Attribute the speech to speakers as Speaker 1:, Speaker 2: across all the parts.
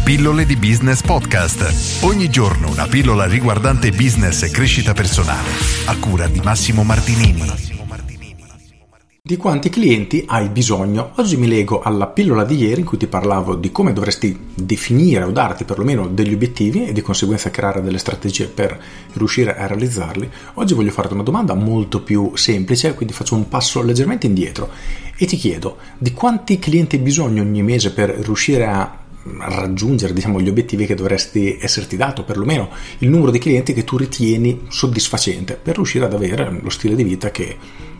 Speaker 1: Pillole di Business Podcast. Ogni giorno una pillola riguardante business e crescita personale. A cura di Massimo Martinini.
Speaker 2: Di quanti clienti hai bisogno? Oggi mi lego alla pillola di ieri in cui ti parlavo di come dovresti definire o darti perlomeno degli obiettivi e di conseguenza creare delle strategie per riuscire a realizzarli. Oggi voglio farti una domanda molto più semplice, quindi faccio un passo leggermente indietro e ti chiedo di quanti clienti hai bisogno ogni mese per riuscire a raggiungere gli obiettivi che dovresti esserti dato, perlomeno il numero di clienti che tu ritieni soddisfacente per riuscire ad avere lo stile di vita che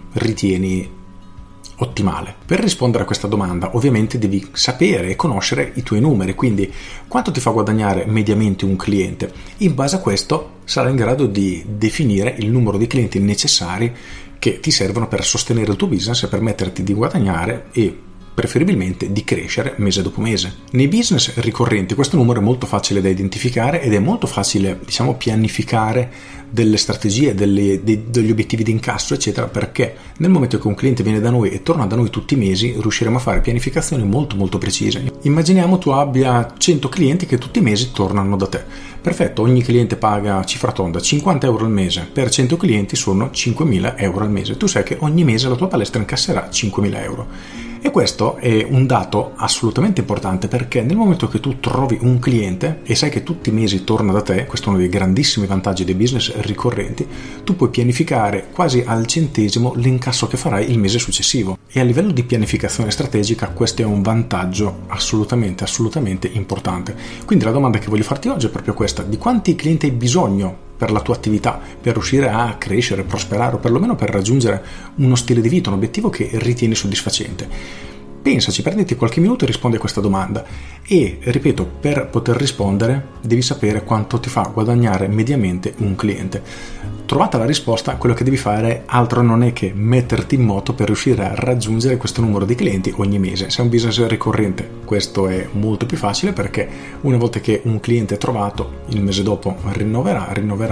Speaker 2: ritieni ottimale. Per rispondere a questa domanda ovviamente devi sapere e conoscere i tuoi numeri, quindi quanto ti fa guadagnare mediamente un cliente. In base a questo sarai in grado di definire il numero di clienti necessari che ti servono per sostenere il tuo business e permetterti di guadagnare e preferibilmente di crescere mese dopo mese. Nei business ricorrenti questo numero è molto facile da identificare ed è molto facile, pianificare delle strategie, degli obiettivi di incasso, eccetera, perché nel momento che un cliente viene da noi e torna da noi tutti i mesi, riusciremo a fare pianificazioni molto molto precise. Immaginiamo tu abbia 100 clienti che tutti i mesi tornano da te. Perfetto, ogni cliente paga cifra tonda 50 euro al mese, per 100 clienti sono 5.000 euro al mese. Tu sai che ogni mese la tua palestra incasserà 5.000 euro. E questo è un dato assolutamente importante perché nel momento che tu trovi un cliente e sai che tutti i mesi torna da te, questo è uno dei grandissimi vantaggi dei business ricorrenti, tu puoi pianificare quasi al centesimo l'incasso che farai il mese successivo. E a livello di pianificazione strategica questo è un vantaggio assolutamente importante. Quindi la domanda che voglio farti oggi è proprio questa: di quanti clienti hai bisogno per la tua attività, per riuscire a crescere, prosperare o perlomeno per raggiungere uno stile di vita, un obiettivo che ritieni soddisfacente? Pensaci, prenditi qualche minuto e rispondi a questa domanda e, ripeto, per poter rispondere devi sapere quanto ti fa guadagnare mediamente un cliente. Trovata la risposta, quello che devi fare altro non è che metterti in moto per riuscire a raggiungere questo numero di clienti ogni mese. Se è un business ricorrente questo è molto più facile perché una volta che un cliente è trovato il mese dopo rinnoverà.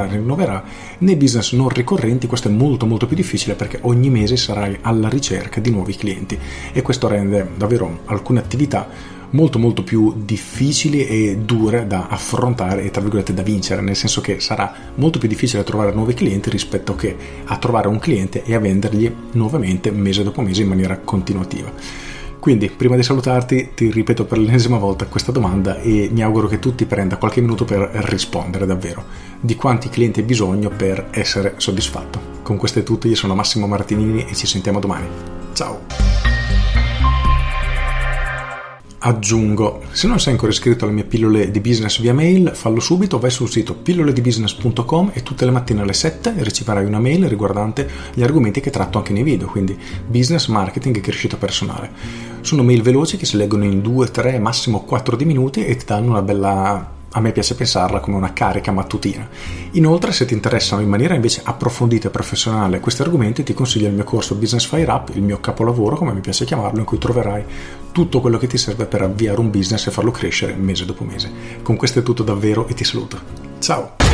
Speaker 2: Nei business non ricorrenti questo è molto più difficile perché ogni mese sarai alla ricerca di nuovi clienti e questo rende davvero alcune attività molto più difficili e dure da affrontare e tra virgolette da vincere, nel senso che sarà molto più difficile trovare nuovi clienti rispetto che a trovare un cliente e a vendergli nuovamente mese dopo mese in maniera continuativa. Quindi prima di salutarti ti ripeto per l'ennesima volta questa domanda e mi auguro che tu ti prenda qualche minuto per rispondere davvero di quanti clienti hai bisogno per essere soddisfatto. Con questo è tutto, io sono Massimo Martinini e ci sentiamo domani. Ciao! Aggiungo, se non sei ancora iscritto alle mie pillole di business via mail, fallo subito, vai sul sito pilloledibusiness.com e tutte le mattine alle 7 riceverai una mail riguardante gli argomenti che tratto anche nei video, quindi business, marketing e crescita personale. Sono mail veloci che si leggono in 2, 3, massimo 4 minuti e ti danno una bella... A me piace pensarla come una carica mattutina. Inoltre, se ti interessano in maniera invece approfondita e professionale questi argomenti, ti consiglio il mio corso Business Fire Up, il mio capolavoro, come mi piace chiamarlo, in cui troverai tutto quello che ti serve per avviare un business e farlo crescere mese dopo mese. Con questo è tutto davvero e ti saluto. Ciao!